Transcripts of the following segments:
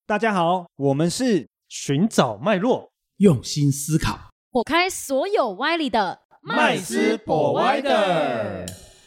大家好，我们是寻找脉络， 用心思考， 破开所有歪理的麦斯博歪的。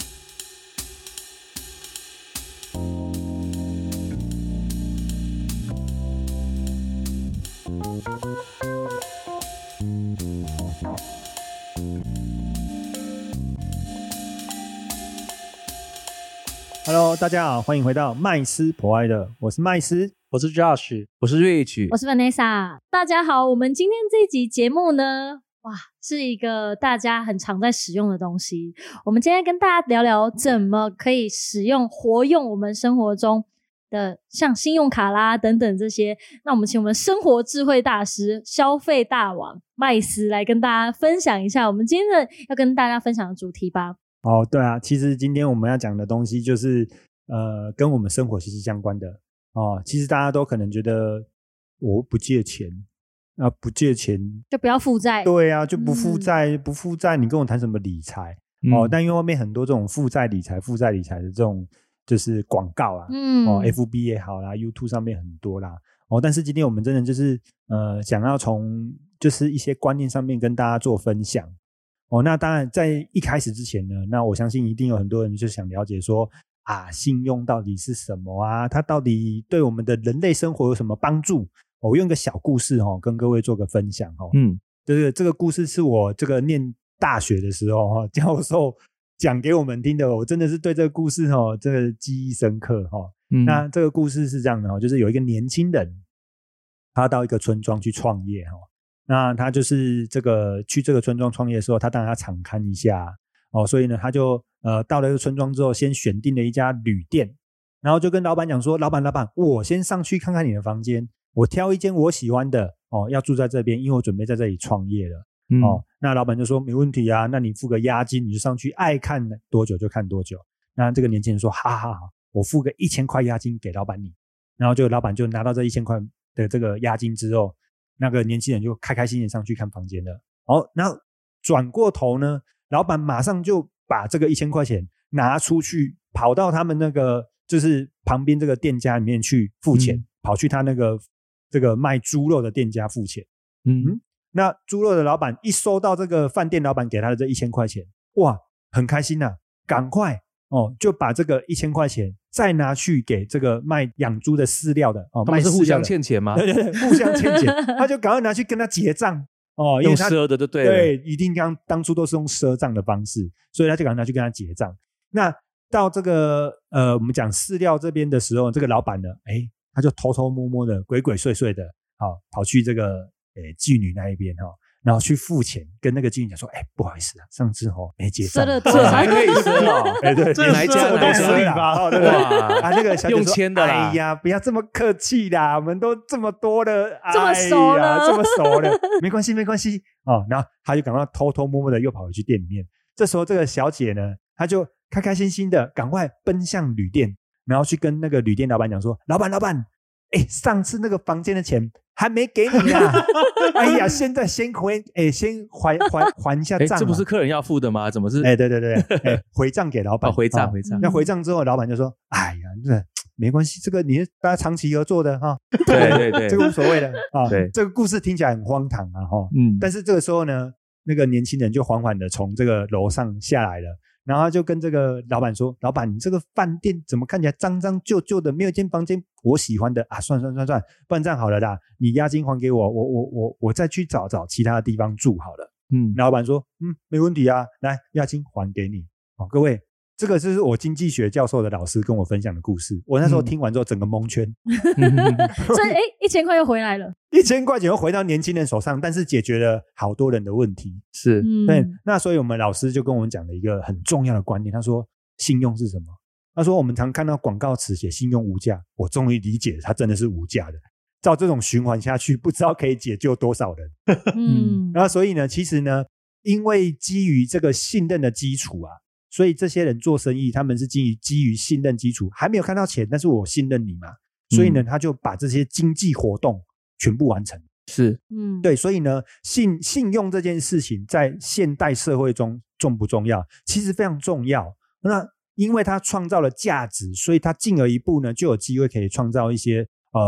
Hello， 大家好，欢迎回到麦斯博爱的，我是麦斯， 我是 Josh， 我是 Rich， 我是 Vanessa。大家好，我们今天这一集节目呢，是一个大家很常在使用的东西。我们今天跟大家聊聊怎么可以使用活用我们生活中的像信用卡啦等等这些。那我们请我们生活智慧大师、消费大王麦斯来跟大家分享一下我们今天的要跟大家分享的主题吧。 哦，对啊，其实今天我们要讲的东西就是跟我们生活息息相关的哦。其实大家都可能觉得我不借钱不借钱就不要负债， 对啊，就不负债，不负债你跟我谈什么理财哦？但因为外面很多这种负债理财的这种就是广告啦FB 也好啦 YouTube 上面很多啦但是今天我们真的就是想要从就是一些观念上面跟大家做分享那当然在一开始之前呢，那我相信一定有很多人就想了解说信用到底是什么啊，它到底对我们的人类生活有什么帮助我用一个小故事跟各位做个分享这个故事是我这个念大学的时候教授讲给我们听的，我真的是对这个故事这个记忆深刻那这个故事是这样的就是有一个年轻人他到一个村庄去创业那他就是去这个村庄创业的时候，他当然要敞看一下所以呢他就到了这个村庄之后，先选定了一家旅店，然后就跟老板讲说，老板我先上去看看你的房间，我挑一间我喜欢的要住在这边，因为我准备在这里创业了那老板就说没问题啊，那你付个押金，你就上去爱看多久就看多久。那这个年轻人说好，我付个1000块押金给老板你。然后就老板就拿到这1000块的这个押金之后，那个年轻人就开开心心上去看房间了然后转过头呢，老板马上就把这个1000块钱拿出去，跑到他们那个就是旁边这个店家里面去付钱跑去他那个这个卖猪肉的店家付钱那猪肉的老板一收到这个饭店老板给他的这1000块钱，哇，很开心啊，赶快就把这个1000块钱再拿去给这个卖养猪的饲料的他们是互相欠钱吗？ 对，互相欠钱他就赶快拿去跟他结账用赊的就对了， 对，一定当初都是用赊账的方式，所以他就赶快拿去跟他结账。那到这个我们讲饲料这边的时候，这个老板呢他就偷偷摸摸的鬼鬼祟祟的跑去这个妓女那一边然后去付钱，跟那个妓女讲说不好意思上次没结账， 这还可以赊对， 这哪一家吧对那个小姐说用签的啦， 哎呀不要这么客气啦，我们都这么多了， 这么熟了这么熟了没关系然后他就赶快偷偷摸摸的又跑回去店里面。这时候这个小姐呢，她就开开心心的赶快奔向旅店，然后去跟那个旅店老板讲说，老板上次那个房间的钱还没给你啊哎呀现在先还一下账这不是客人要付的吗？怎么是对回账给老板回账那回账之后老板就说哎呀这没关系，这个你是大家长期合作的对这个无所谓的对， 这个故事听起来很荒唐但是这个时候呢，那个年轻人就缓缓的从这个楼上下来了，然后他就跟这个老板说，老板你这个饭店怎么看起来脏脏旧旧的，没有一间房间我喜欢的算，不然这样好了啦，你押金还给我再去找其他的地方住好了老板说没问题啊，来押金还给你各位，这个就是我经济学教授的老师跟我分享的故事，我那时候听完之后整个蒙圈所以1000块又回来了 ，1000块钱又回到年轻人手上，但是解决了好多人的问题， 是对。那所以我们老师就跟我们讲了一个很重要的观念，他说信用是什么？他说我们常看到广告词写信用无价，我终于理解了，它真的是无价的，照这种循环下去不知道可以解救多少人然后所以呢，其实呢，因为基于这个信任的基础所以这些人做生意他们是基于信任基础，还没有看到钱，但是我信任你嘛，所以呢他就把这些经济活动全部完成。 是对，所以呢信用这件事情在现代社会中重不重要？其实非常重要。那因为它创造了价值，所以它进而一步呢就有机会可以创造一些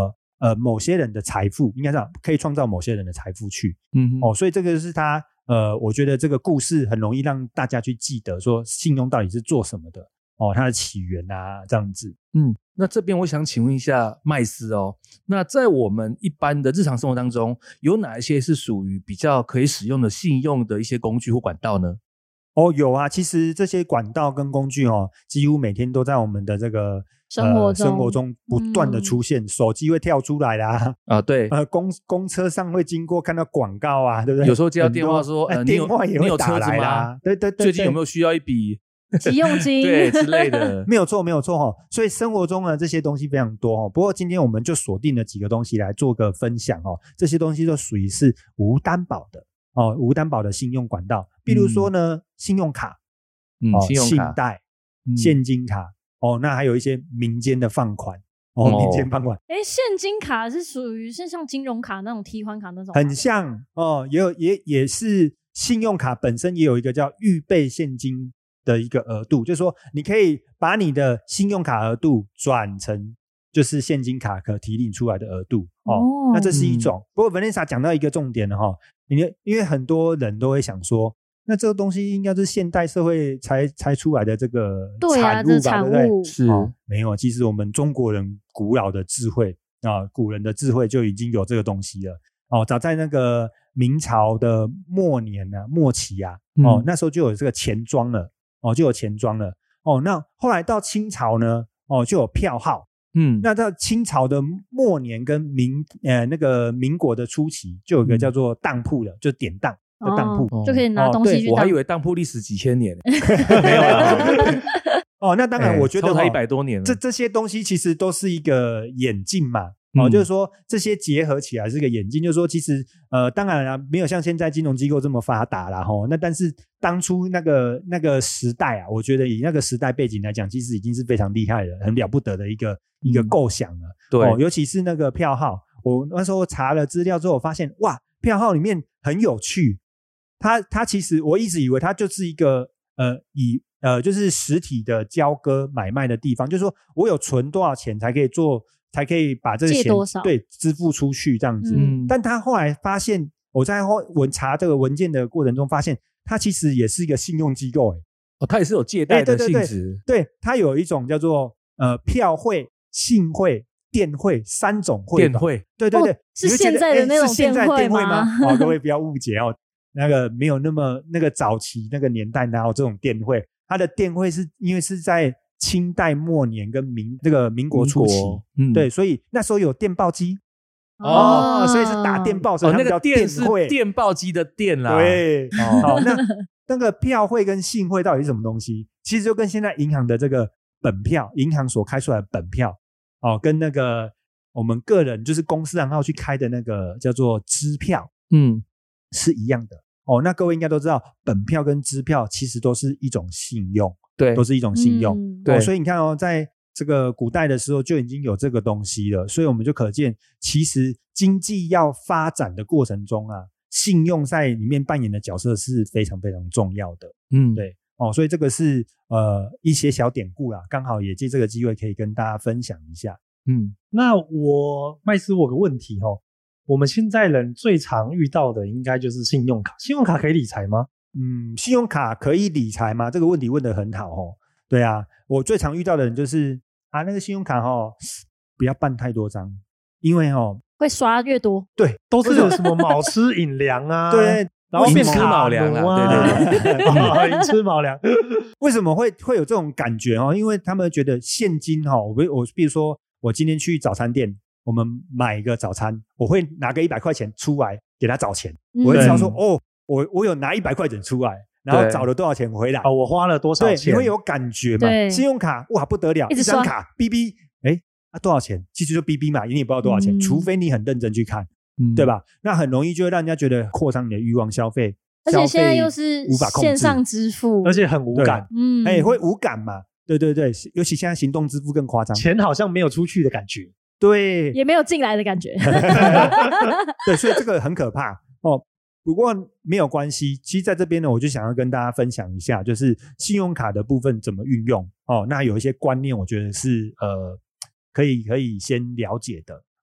某些人的财富，应该是可以创造某些人的财富去。所以这个是他我觉得这个故事很容易让大家去记得说信用到底是做什么的它的起源啊这样子。 那这边我想请问一下麦斯那在我们一般的日常生活当中，有哪一些是属于比较可以使用的信用的一些工具或管道呢？ 有啊，其实这些管道跟工具几乎每天都在我们的这个生活中不断的出现，手机会跳出来啦， 对， 公车上会经过看到广告啊，对不对？ 有时候接到电话说， 电话也会打来你有车子吗？ 对， 最近有没有需要一笔急用金对之类的？ 没有错所以生活中呢这些东西非常多不过今天我们就锁定了几个东西来做个分享这些东西都属于是无担保的无担保的信用管道，比如说呢信用卡信用卡、 信贷、现金卡那还有一些民间的放款民间放款。 现金卡是属于是像金融卡那种提款卡那种， 很像也是信用卡本身也有一个叫预备现金的一个额度，就是说你可以把你的信用卡额度转成就是现金卡可提领出来的额度那这是一种。不过 Vanessa 讲到一个重点了因为很多人都会想说，那这个东西应该是现代社会才出来的这个产物吧， 产物对不对？ 是没有，其实我们中国人古老的智慧古人的智慧就已经有这个东西了早在那个明朝的末期那时候就有这个钱庄了那后来到清朝呢就有票号那到清朝的末年跟那个民国的初期就有一个叫做当铺的就典当的当铺就可以拿东西去当。 我还以为当铺历史几千年没有啦那当然我觉得才100多年了， 这些东西其实都是一个演进嘛就是说这些结合起来是个演进，就是说其实当然啦没有像现在金融机构这么发达啦那但是当初那个时代我觉得以那个时代背景来讲，其实已经是非常厉害的很了不得的一个构想了对尤其是那个票号，我那时候查了资料之后我发现哇，票号里面很有趣，它其实我一直以为它就是一个就是实体的交割买卖的地方，就是说我有存多少钱才可以把这个钱对支付出去这样子但他后来发现，我在查这个文件的过程中发现，它其实也是一个信用机构它也是有借贷的性质对，它有一种叫做票汇、信汇、电汇3种汇。 电汇对是现在的那种电汇吗？ 各位不要误解那个没有那个早期那个年代哪有这种电汇，它的电汇是因为是在清代末年跟民国初期对，所以那时候有电报机所以是打电报，所以那个电是电报机的电啦对那个票汇跟信汇到底是什么东西，其实就跟现在银行的这个本票，银行所开出来的本票跟那个我们个人就是公司行号去开的那个叫做支票是一样的那各位应该都知道，本票跟支票其实都是一种信用， 对， 都是一种信用对所以你看在这个古代的时候就已经有这个东西了，所以我们就可见其实经济要发展的过程中信用在里面扮演的角色是非常非常重要的对所以这个是一些小典故啦，刚好也借这个机会可以跟大家分享一下那麦斯我有个问题我们现在人最常遇到的应该就是信用卡，信用卡可以理财吗？ 信用卡可以理财吗？这个问题问得很好对啊，我最常遇到的人就是那个信用卡不要办太多张，因为会刷越多， 对，都是有什么卯吃寅粮对， 然后变卯粮对寅吃卯粮为什么会有这种感觉因为他们觉得现金我比如说我今天去早餐店，我们买一个早餐，我会拿个100块钱出来给他找钱我会知道说我有拿100块钱出来，然后找了多少钱回来我花了多少钱， 对，你会有感觉嘛？信用卡哇不得了，一张卡哔哔多少钱？其实就哔哔嘛，你也不知道多少钱除非你很认真去看对吧？那很容易就会让人家觉得扩张你的欲望消费， 而且现在又是线上支付， 而且很无感会无感嘛，对，尤其现在行动支付更夸张， 钱好像没有出去的感觉， 对， 也没有进来的感觉对，所以这个很可怕不过没有关系，其实在这边呢我就想要跟大家分享一下，就是信用卡的部分怎么运用那有一些观念我觉得是可以先了解的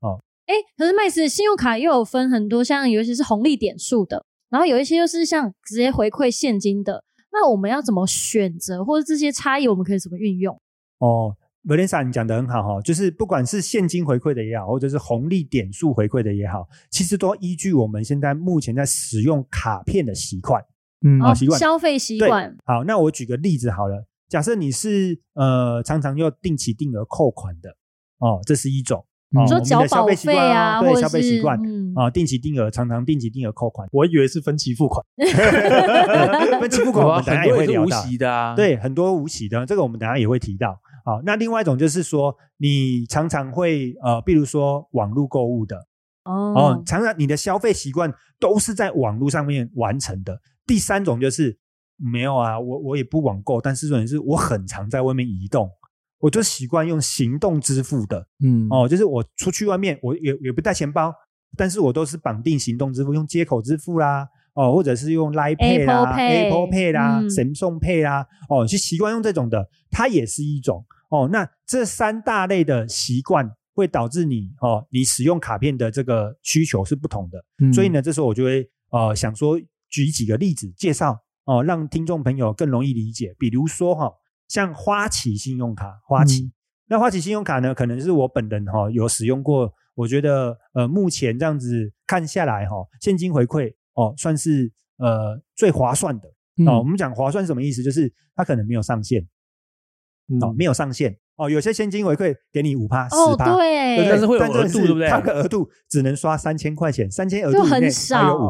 可是麦斯信用卡又有分很多，像有一些是红利点数的，然后有一些又是像直接回馈现金的，那我们要怎么选择，或者这些差异我们可以怎么运用 Vanessa 你讲得很好就是不管是现金回馈的也好，或者是红利点数回馈的也好，其实都依据我们现在目前在使用卡片的习惯习惯消费习惯。 好，那我举个例子好了，假设你是常常要定期定额扣款的这是一种你说缴保费啊， 对，消费习惯定期定额，常常定期定额扣款。 我以为是分期付款， 分期付款我们等一下也会聊到， 无息的对，很多无息的，这个我们等一下也会提到。好，那另外一种就是说，你常常会比如说网络购物的常常你的消费习惯都是在网络上面完成的。第三种就是没有啊，我也不网购，但是重点是我很常在外面移动。我就习惯用行动支付的，就是我出去外面，我也不带钱包，但是我都是绑定行动支付，用街口支付啦，或者是用 Line Pay 啦、Apple Pay 啦、Samsung Pay 啦，就习惯用这种的，它也是一种那这三大类的习惯会导致你你使用卡片的这个需求是不同的，所以呢，这时候我就会想说举几个例子介绍让听众朋友更容易理解，比如说像花旗信用卡，那花旗信用卡呢，可能是我本人有使用过，我觉得目前这样子看下来现金回馈算是最划算的我们讲划算是什么意思？就是它可能没有上限没有上限有些现金回馈给你 5%、10%， 对， 但是会有额度，对不对？ 它的额度只能刷3000块钱，3000额度以内它有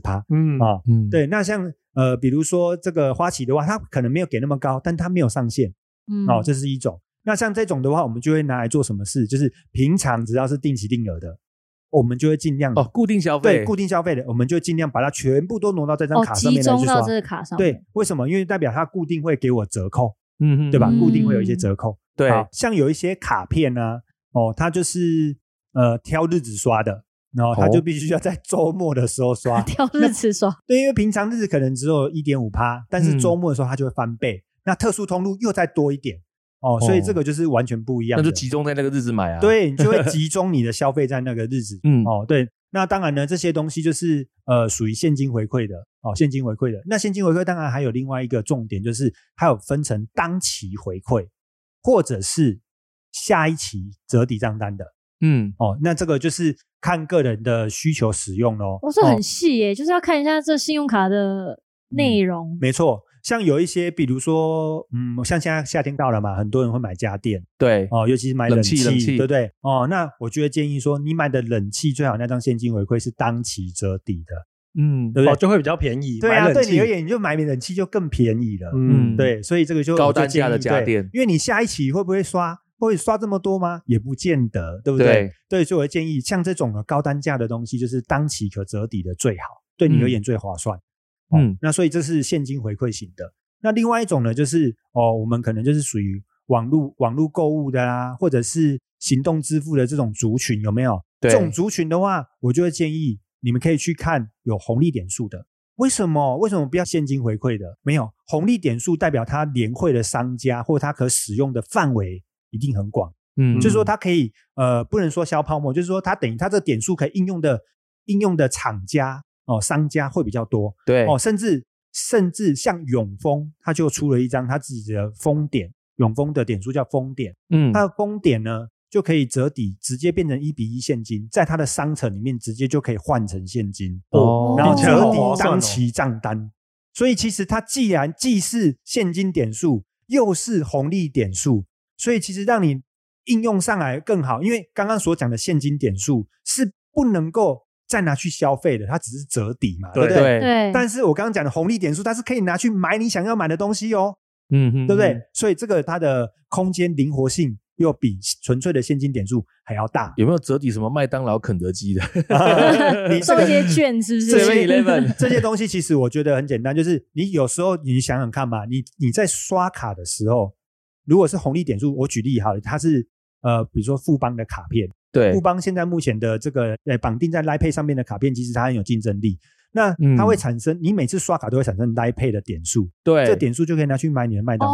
5%、10%对，那像比如说这个花旗的话，它可能没有给那么高，但它没有上限这是一种。那像这种的话，我们就会拿来做什么事？就是平常只要是定期定额的，我们就会尽量固定消费， 对，固定消费的，我们就尽量把它全部都挪到这张卡上面来去刷， 集中到这个卡上面。 对，为什么？因为代表它固定会给我折扣，对吧？固定会有一些折扣。 对， 像有一些卡片呢它就是挑日子刷的。然后他就必须要在周末的时候刷， 挑日子刷。 对，因为平常日子可能只有 1.5%， 但是周末的时候它就会翻倍，那特殊通路又再多一点所以这个就是完全不一样的。 那就集中在那个日子买啊。 对，你就会集中你的消费在那个日子对。那当然呢，这些东西就是属于现金回馈的现金回馈的。那现金回馈当然还有另外一个重点，就是它有分成当期回馈或者是下一期折抵账单的那这个就是看个人的需求使用咯。 这很细耶，就是要看一下这信用卡的内容。 没错，像有一些比如说像现在夏天到了嘛，很多人会买家电， 对尤其是买冷气对不对那我就会建议说，你买的冷气最好那张现金回馈是当期折抵的对不对？ 就会比较便宜。 对啊，对你而言你就买冷气就更便宜了对，所以这个就高单价的家电， 因为你下一期会不会刷这么多吗？也不见得，对不对？对，所以我会建议像这种高单价的东西，就是当期可折抵的最好，对你而言最划算那所以这是现金回馈型的。那另外一种呢，就是我们可能就是属于网络购物的啦，或者是行动支付的这种族群，有没有？这种族群的话，我就会建议你们可以去看有红利点数的。为什么不要现金回馈的？没有，红利点数代表它联汇的商家或它可使用的范围一定很广就是说它可以不能说消泡沫，就是说它等于它这点数可以应用的厂家商家会比较多。 对甚至像永丰，它就出了一张它自己的丰点，永丰的点数叫丰点它的丰点呢就可以折抵，直接变成1:1现金，在它的商城里面直接就可以换成现金然后折抵当期账单所以其实它既是现金点数又是红利点数，所以其实让你应用上来更好。因为刚刚所讲的现金点数是不能够再拿去消费的，它只是折抵嘛，对不对？ 对。 但是我刚刚讲的红利点数，它是可以拿去买你想要买的东西对不对？所以这个它的空间灵活性又比纯粹的现金点数还要大。 有没有折抵什么麦当劳、肯德基的？ 你送一些券是不是这些东西其实我觉得很简单，就是你有时候你想想看嘛，你在刷卡的时候，如果是红利点数，我举例好了，它是比如说富邦的卡片， 对， 富邦现在目前的这个绑定在 Line Pay 上面的卡片，其实它很有竞争力。那它会产生你每次刷卡都会产生 Line Pay 的点数，对，这点数就可以拿去买你的麦当劳了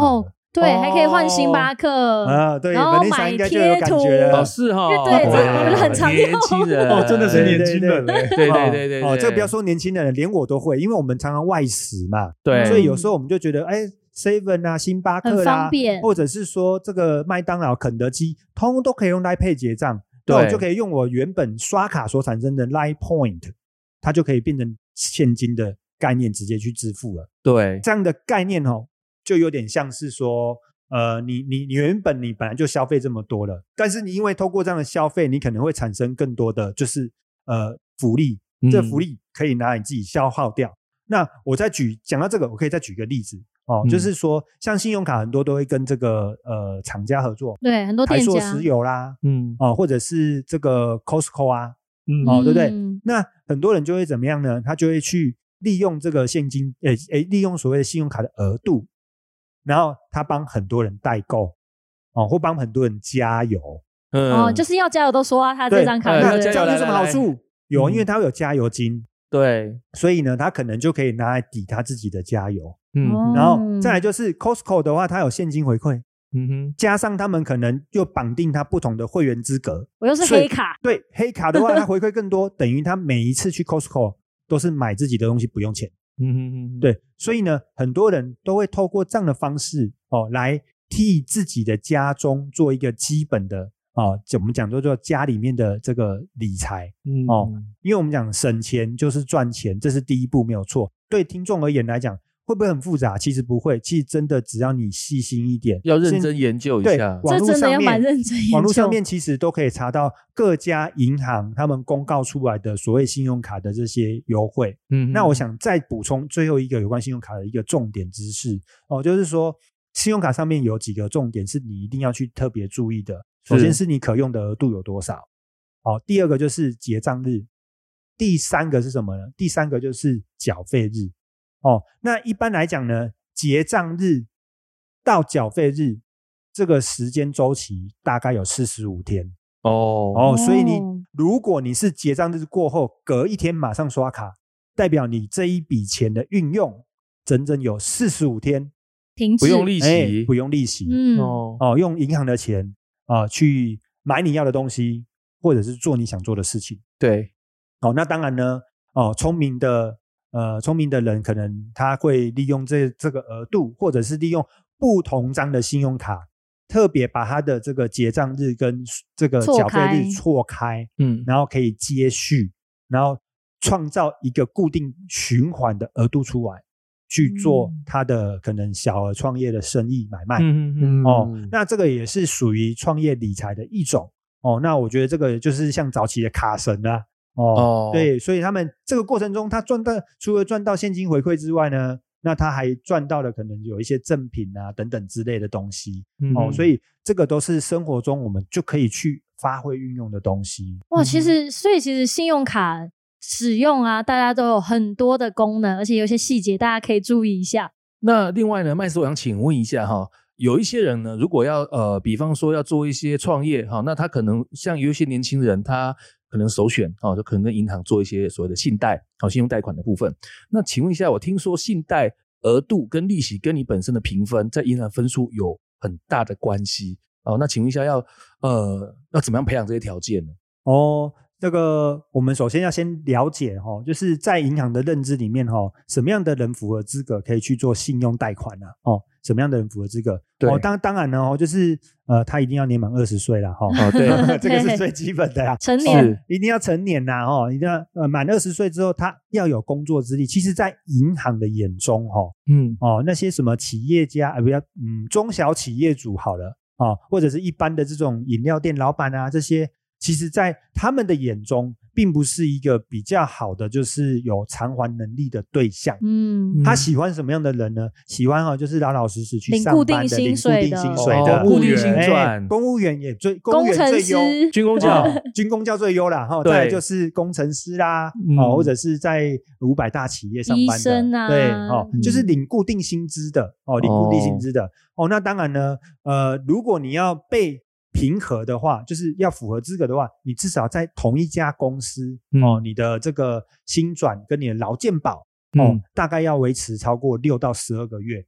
对，还可以换星巴克啊，对， 然后买应该就有感觉了， 是哈， 对，这我们很常用， 年轻人真的是年轻人， 对， 这个不要说年轻人，连我都会，因为我们常常外食嘛， 对， 所以有时候我们就觉得，7 啊、星巴克啦，或者是说这个麦当劳、肯德基，通通都可以用 Line Pay 结账，对，我就可以用我原本刷卡所产生的 Line Point， 它就可以变成现金的概念，直接去支付了。 对， 这样的概念就有点像是说，你原本你本来就消费这么多了，但是你因为透过这样的消费，你可能会产生更多的就是福利，这福利可以拿你自己消耗掉。那我再讲到这个，我可以再举个例子就是说像信用卡很多都会跟这个厂家合作， 对，很多店家， 台塑石油啦，或者是这个 Costco 啊，对不对？那很多人就会怎么样呢？他就会去利用这个现金，利用所谓的信用卡的额度，然后他帮很多人代购或帮很多人加油， 就是要加油都说他这张卡， 那这样有什么好处？有，因为他会有加油金， 对， 所以呢，他可能就可以拿来抵他自己的加油。然后再来就是 Costco 的话，它有现金回馈，加上他们可能又绑定他不同的会员资格， 我又是黑卡， 对，黑卡的话，他回馈更多，等于他每一次去 Costco 都是买自己的东西不用钱。对，所以呢，很多人都会透过这样的方式来替自己的家中做一个基本的我们讲做家里面的这个理财因为我们讲省钱就是赚钱，这是第一步没有错。对听众而言来讲，会不会很复杂？其实不会，其实真的只要你细心一点， 要认真研究一下。 网络上面这真的要蛮认真研究。 网络上面其实都可以查到各家银行他们公告出来的所谓信用卡的这些优惠。那我想再补充最后一个有关信用卡的一个重点知识就是说信用卡上面有几个重点是你一定要去特别注意的。首先是你可用的额度有多少，第二个就是结账日，第三个是什么呢？第三个就是缴费日。那一般来讲呢，结账日到缴费日这个时间周期大概有45天所以如果你是结账日过后隔一天马上刷卡，代表你这一笔钱的运用整整有45天停止， 不用利息， 不用利息用银行的钱去买你要的东西，或者是做你想做的事情。 对那当然呢聪明的人可能他会利用这个额度，或者是利用不同张的信用卡，特别把他的这个结账日跟这个缴费日错开，然后可以接续，然后创造一个固定循环的额度出来，去做他的可能小额创业的生意买卖。那这个也是属于创业理财的一种那我觉得这个就是像早期的卡神啊对，所以他们这个过程中他除了赚到现金回馈之外呢，那他还赚到了可能有一些赠品啊等等之类的东西所以这个都是生活中我们就可以去发挥运用的东西。 哇，所以其实信用卡使用啊，大家都有很多的功能，而且有些细节大家可以注意一下。 那另外呢，麦斯我想请问一下有一些人呢，如果要比方说要做一些创业那他可能像有一些年轻人，他可能首选就可能跟银行做一些所谓的信贷信用贷款的部分。那请问一下，我听说信贷额度跟利息跟你本身的评分在银行分数有很大的关系那请问一下要怎么样培养这些条件呢？ 这个我们首先要先了解就是在银行的认知里面什么样的人符合资格可以去做信用贷款什么样的人符合资格？当然呢就是他一定要年满20岁啦对这个是最基本的啦， 成年一定要成年啦一定要满20岁之后他要有工作资历。其实在银行的眼中那些什么企业家中小企业主好了或者是一般的这种饮料店老板啊，这些其实在他们的眼中并不是一个比较好的就是有偿还能力的对象。他喜欢什么样的人呢？喜欢就是老老实实去上班的，领固定薪水的， 固定薪转公务员也工程师军工教军工教最优啦再来就是工程师啦或者是在500大企业上班的医生啊， 对就是领固定薪资的领固定薪资的那当然呢如果你要被评核的话，就是要符合资格的话，你至少在同一家公司你的这个薪转跟你的劳健保大概要维持超过6到12个月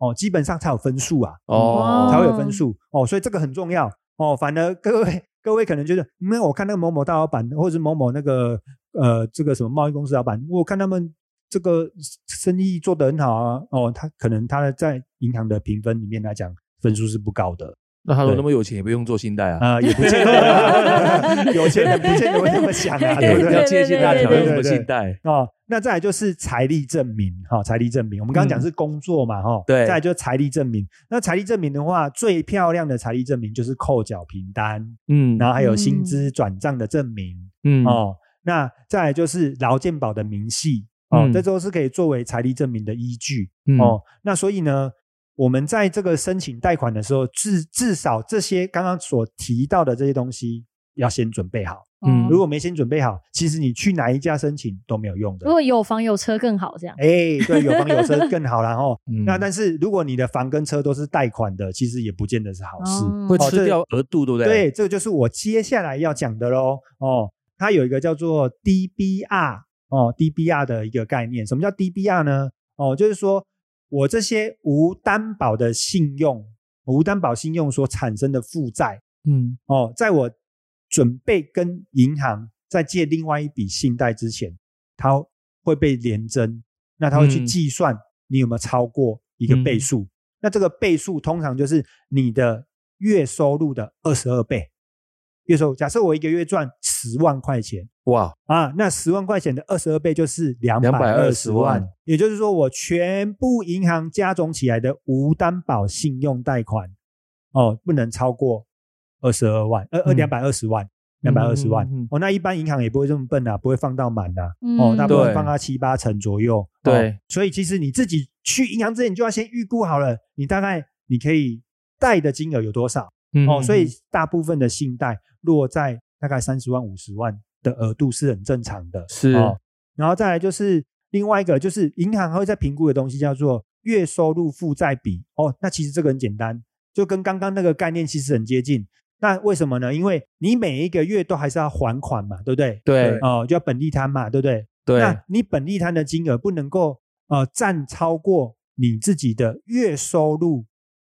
基本上才有分数啊， 哦， 才会有分数所以这个很重要反而各位可能觉得，因为我看那个某某大老板，或者是某某那个这个什么贸易公司老板，我看他们这个生意做得很好啊他可能他在银行的评分里面来讲分数是不高的。 那他说那么有钱也不用做信贷啊？ 也不见得有钱人不见得会那么想啊，对不对？ 要借信贷才有什么信贷那再来就是财力证明财力证明我们刚刚讲是工作嘛对， 再来就是财力证明。那财力证明的话，最漂亮的财力证明就是扣缴凭单然后还有薪资转账的证明那再来就是劳健保的明细这都是可以作为财力证明的依据那所以呢，我们在这个申请贷款的时候，至少这些刚刚所提到的这些东西要先准备好如果没先准备好，其实你去哪一家申请都没有用的。 如果有房有车更好，这样对，有房有车更好啦那但是如果你的房跟车都是贷款的，其实也不见得是好事会吃掉额度，对不对？ 对，这个就是我接下来要讲的咯它有一个叫做 DBR DBR 的一个概念。什么叫 DBR 呢就是说我这些无担保信用所产生的负债在我准备跟银行再借另外一笔信贷之前，它会被联征，那它会去计算你有没有超过一个倍数那这个倍数通常就是你的月收入的22倍。月收入假设我一个月赚10万块钱， 哇那10万块钱的22倍就是220万，也就是说我全部银行加总起来的无担保信用贷款不能超过22万220万220万那一般银行也不会这么笨不会放到满大部分放到7、8成左右对所以其实你自己去银行之前你就要先预估好了，你大概你可以贷的金额有多少所以大部分的信贷落在大概30万50万的额度是很正常的是然后再来就是另外一个就是银行会在评估的东西叫做月收入负债比那其实这个很简单，就跟刚刚那个概念其实很接近。那为什么呢？因为你每一个月都还是要还款嘛，对不对？ 对就要本利摊嘛，对不对？ 对， 那你本利摊的金额不能够占超过你自己的月收入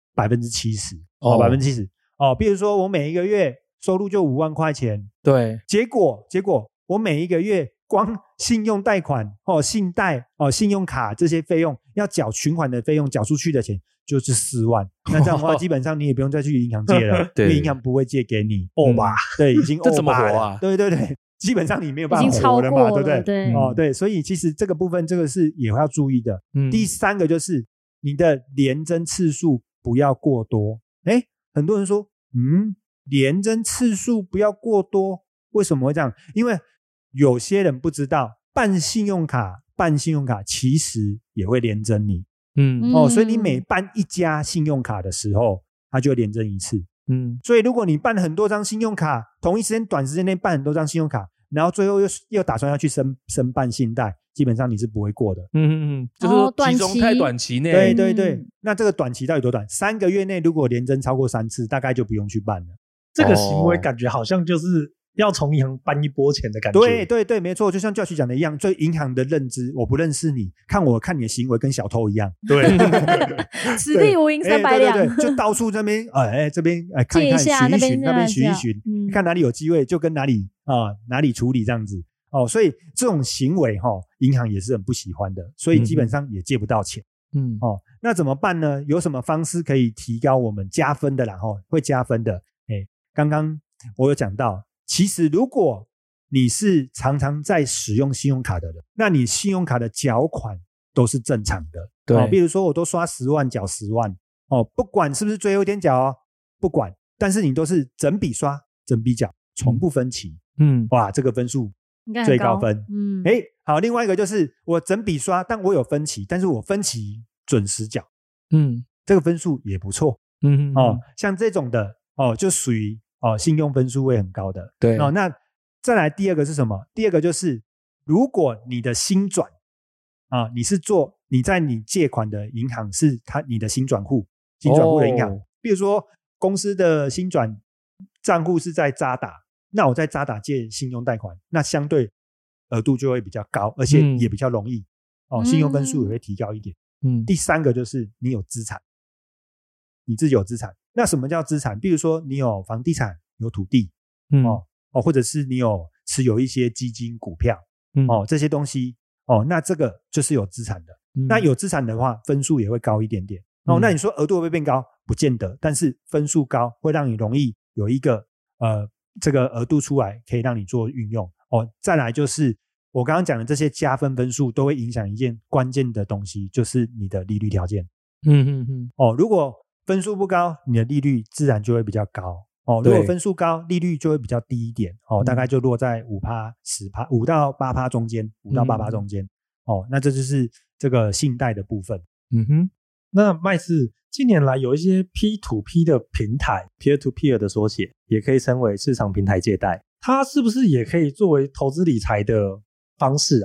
70% 70%比如说我每一个月收入就5万块钱， 对， 结果我每一个月光信用贷款信贷信用卡这些费用要缴循环的费用缴出去的钱就是4万，那这样的话基本上你也不用再去银行借了因为银行不会借给你对，已经这怎么活啊？ 对，基本上你没有办法活了嘛，对不对？对，所以其实这个部分这个是也要注意的第三个就是你的联征次数不要过多很多人说联征次数不要过多，为什么会这样？因为有些人不知道办信用卡其实也会联征你所以你每办一家信用卡的时候它就会联征一次所以如果你办很多张信用卡，同一时间短时间内办很多张信用卡，然后最后又打算要去申办信贷，基本上你是不会过的就是集中太短期内对那这个短期到底多短？3个月内如果联征超过3次，大概就不用去办了。 这个行为感觉好像就是要从银行搬一波钱的感觉。 对，没错，就像Josh讲的一样，对银行的认知，我不认识你，看你的行为跟小偷一样。对， 此地无银300两， 对，就到处这边这边看一看，寻一寻，那边寻一寻，看哪里有机会就跟哪里处理这样子所以这种行为银行也是很不喜欢的，所以基本上也借不到钱。那怎么办呢？有什么方式可以提高我们加分的啦？会加分的。刚刚我有讲到，其实如果你是常常在使用信用卡的人，那你信用卡的缴款都是正常的。 对比如说我都刷10万缴10万不管是不是最后一天缴不管，但是你都是整笔刷整笔缴，从不分期哇，这个分数最高分好，另外一个就是我整笔刷，但我有分期，但是我分期准时缴这个分数也不错像这种的就属于信用分数会很高的。 对那再来第二个是什么？第二个就是如果你的薪转你在你借款的银行是你的薪转户的银行比如说公司的薪转账户是在渣打，那我在渣打借信用贷款，那相对额度就会比较高，而且也比较容易信用分数也会提高一点第三个就是你有资产，你自己有资产。那什么叫资产？比如说你有房地产，有土地，或者是你有持有一些基金股票，这些东西，那这个就是有资产的。那有资产的话分数也会高一点点。那你说额度会不会变高？不见得，但是分数高会让你容易有一个这个额度出来可以让你做运用。再来就是我刚刚讲的这些加分分数都会影响一件关键的东西，就是你的利率条件。如果分数不高，你的利率自然就会比较高。如果分数高，利率就会比较低一点。大概就落在 5%、10%、5到 8% 中间，5到 8% 中间。那这就是这个信贷的部分。 那麦斯近年来有一些 P2P 的平台 Peer to Peer 的缩写，也可以称为市场平台借贷，它是不是也可以作为投资理财的方式啊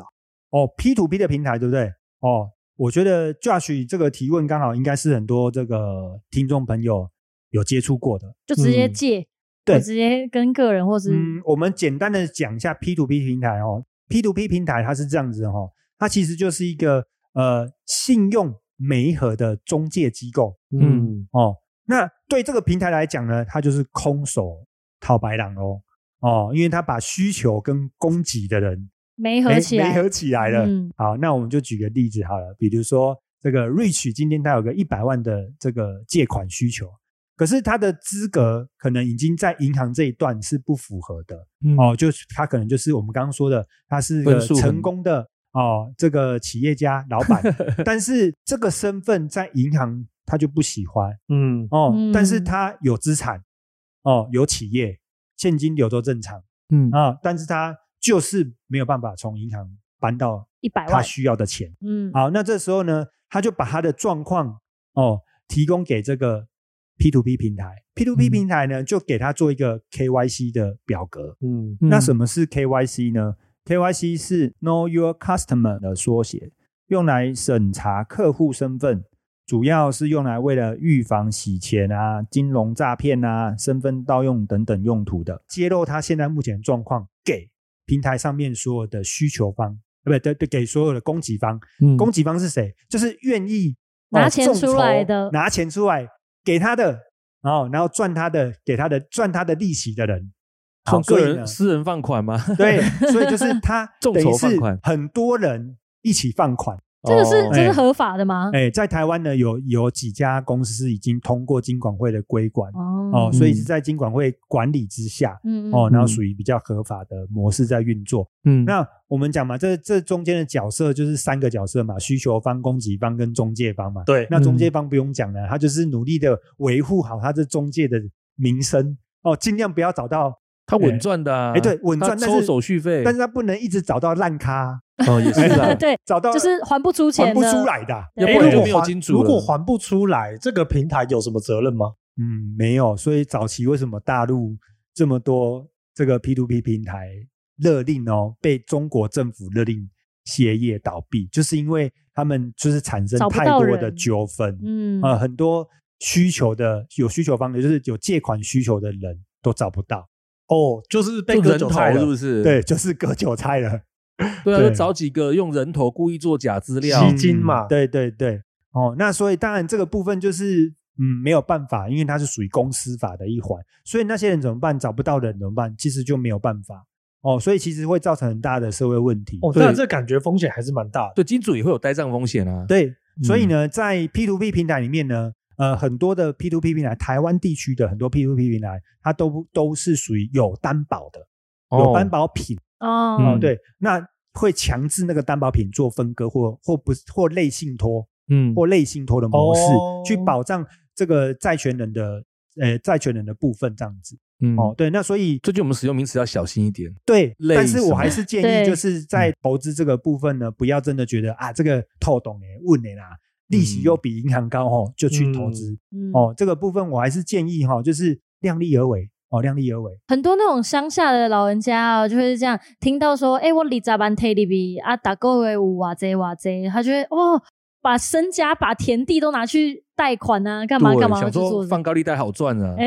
？P2P 的平台对不对？我觉得 Josh 这个提问刚好应该是很多这个听众朋友有接触过的， 就直接借，对，直接跟个人或是我们简单的讲一下 P2P 平台P2P 平台它是这样子它其实就是一个信用媒合的中介机构。那对这个平台来讲呢，它就是空手套白狼因为它把需求跟供给的人媒合起来了。好，那我们就举个例子好了，比如说这个 Rich 今天他有个100万的这个借款需求，可是他的资格可能已经在银行这一段是不符合的。就他可能就是我们刚刚说的，他是个成功的这个企业家老板但是这个身份在银行他就不喜欢。但是他有资产有企业现金流都正常。但是他就是没有办法从银行搬到 100万他需要的钱。好，那这时候呢，他就把他的状况提供给这个 P2P 平台。P2P 平台呢，就给他做一个 KYC 的表格。那什么是 KYC 呢？KYC 是 Know Your Customer 的缩写，用来审查客户身份，主要是用来为了预防洗钱啊、金融诈骗啊、身份盗用等等用途的，揭露他现在目前的状况给平台上面所有的需求方，给所有的供给方。供给方是谁？就是愿意拿钱出来的， 拿钱出来给他的，然后赚他的，给他的赚他的利息的人。 从个人私人放款吗？ 对，所以就是他等于是很多人一起放款。 这是合法的吗？ 在台湾呢有几家公司是已经通过金管会的规管所以是在金管会管理之下然后属于比较合法的模式在运作。那我们讲嘛，这中间的角色就是3个角色嘛，需求方、供给方跟中介方嘛。 对， 那中介方不用讲了，他就是努力的维护好他这中介的名声尽量不要找到他稳赚的啊。 对，稳赚， 收手续费， 但是他不能一直找到烂咖也是啊对， 找到就是还不出钱的， 还不出来的， 要不然就没有金主了。 如果还不出来，这个平台有什么责任吗？ 没有。所以早期为什么大陆这么多这个 P2P 平台勒令被中国政府勒令歇业倒闭，就是因为他们就是产生太多的纠纷。很多有需求方的，就是有借款需求的人都找不到。 就是被割韭菜了， 是不是？ 对，就是割韭菜了。 对啊，就找几个用人头故意做假资料吸金嘛。 对对对。那所以当然这个部分就是没有办法，因为它是属于公司法的一环，所以那些人怎么办？找不到人怎么办？其实就没有办法所以其实会造成很大的社会问题。 那这感觉风险还是蛮大的。 对，金主也会有呆账风险啊。 对，所以呢，在 P2P 平台里面呢，很多的 P2P 平台，台湾地区的很多 P2P 平台，它都是属于有担保的，有担保品。对，那会强制那个担保品做分割或类信托，或类信托的模式，去保障这个债权人的部分这样子。对，那所以最近我们使用名词要小心一点。 对，但是我还是建议就是在投资这个部分呢，不要真的觉得这个透懂问啦，利息又比银行高就去投资。这个部分我还是建议就是量力而为。量力而为。 很多那种乡下的老人家就会是这样，听到说我20万退里比大个月有哇这，他就会把身家把田地都拿去贷款啊，干嘛干嘛， 想说放高利贷好赚啊。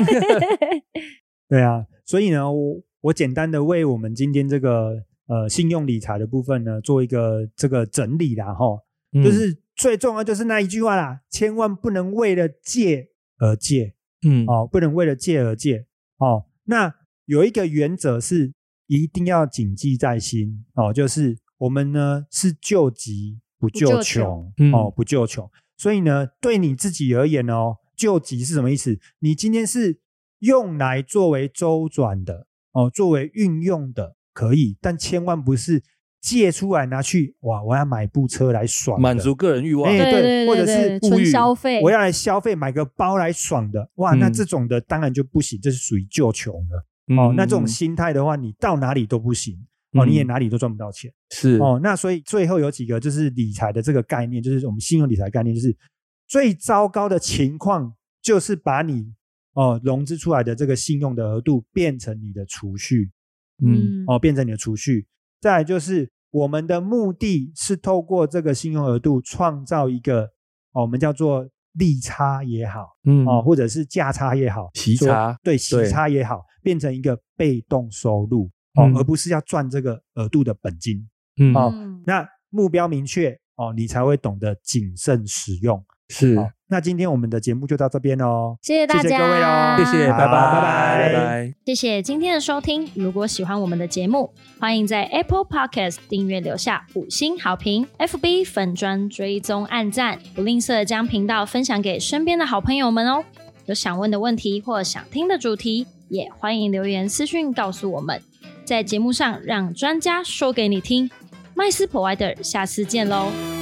对啊，所以呢我简单的为我们今天这个信用理财的部分呢做一个这个整理啦就是最重要就是那一句话啦，千万不能为了戒而戒，不能为了戒而戒，那有一个原则是一定要谨记在心，就是我们呢是救急不救穷，不救穷，所以呢对你自己而言救急是什么意思？你今天是用来作为周转的，作为运用的可以，但千万不是借出来拿去，哇，我要买部车来爽的， 满足个人欲望， 对，或者是纯消费， 我要来消费，买个包来爽的，哇，那这种的当然就不行，这是属于救穷的，那这种心态的话，你到哪里都不行，你也哪里都赚不到钱， 是那所以最后有几个就是理财的这个概念，就是我们信用理财概念，就是最糟糕的情况就是把你融资出来的这个信用的额度变成你的储蓄，变成你的储蓄。再来就是我们的目的是透过这个信用额度创造一个我们叫做利差也好，或者是价差也好， 息差， 对，息差也好，变成一个被动收入，而不是要赚这个额度的本金，那目标明确，你才会懂得谨慎使用。 是， 那今天我们的节目就到这边咯， 谢谢大家， 谢谢各位咯， 谢谢，拜拜， 谢谢今天的收听。如果喜欢我们的节目，欢迎在 Apple Podcast 订阅留下5星好评， FB 粉专追踪按赞，不吝啬将频道分享给身边的好朋友们哦。有想问的问题或想听的主题，也欢迎留言私讯告诉我们，在节目上让专家说给你听。麦斯 Provider 下次见咯。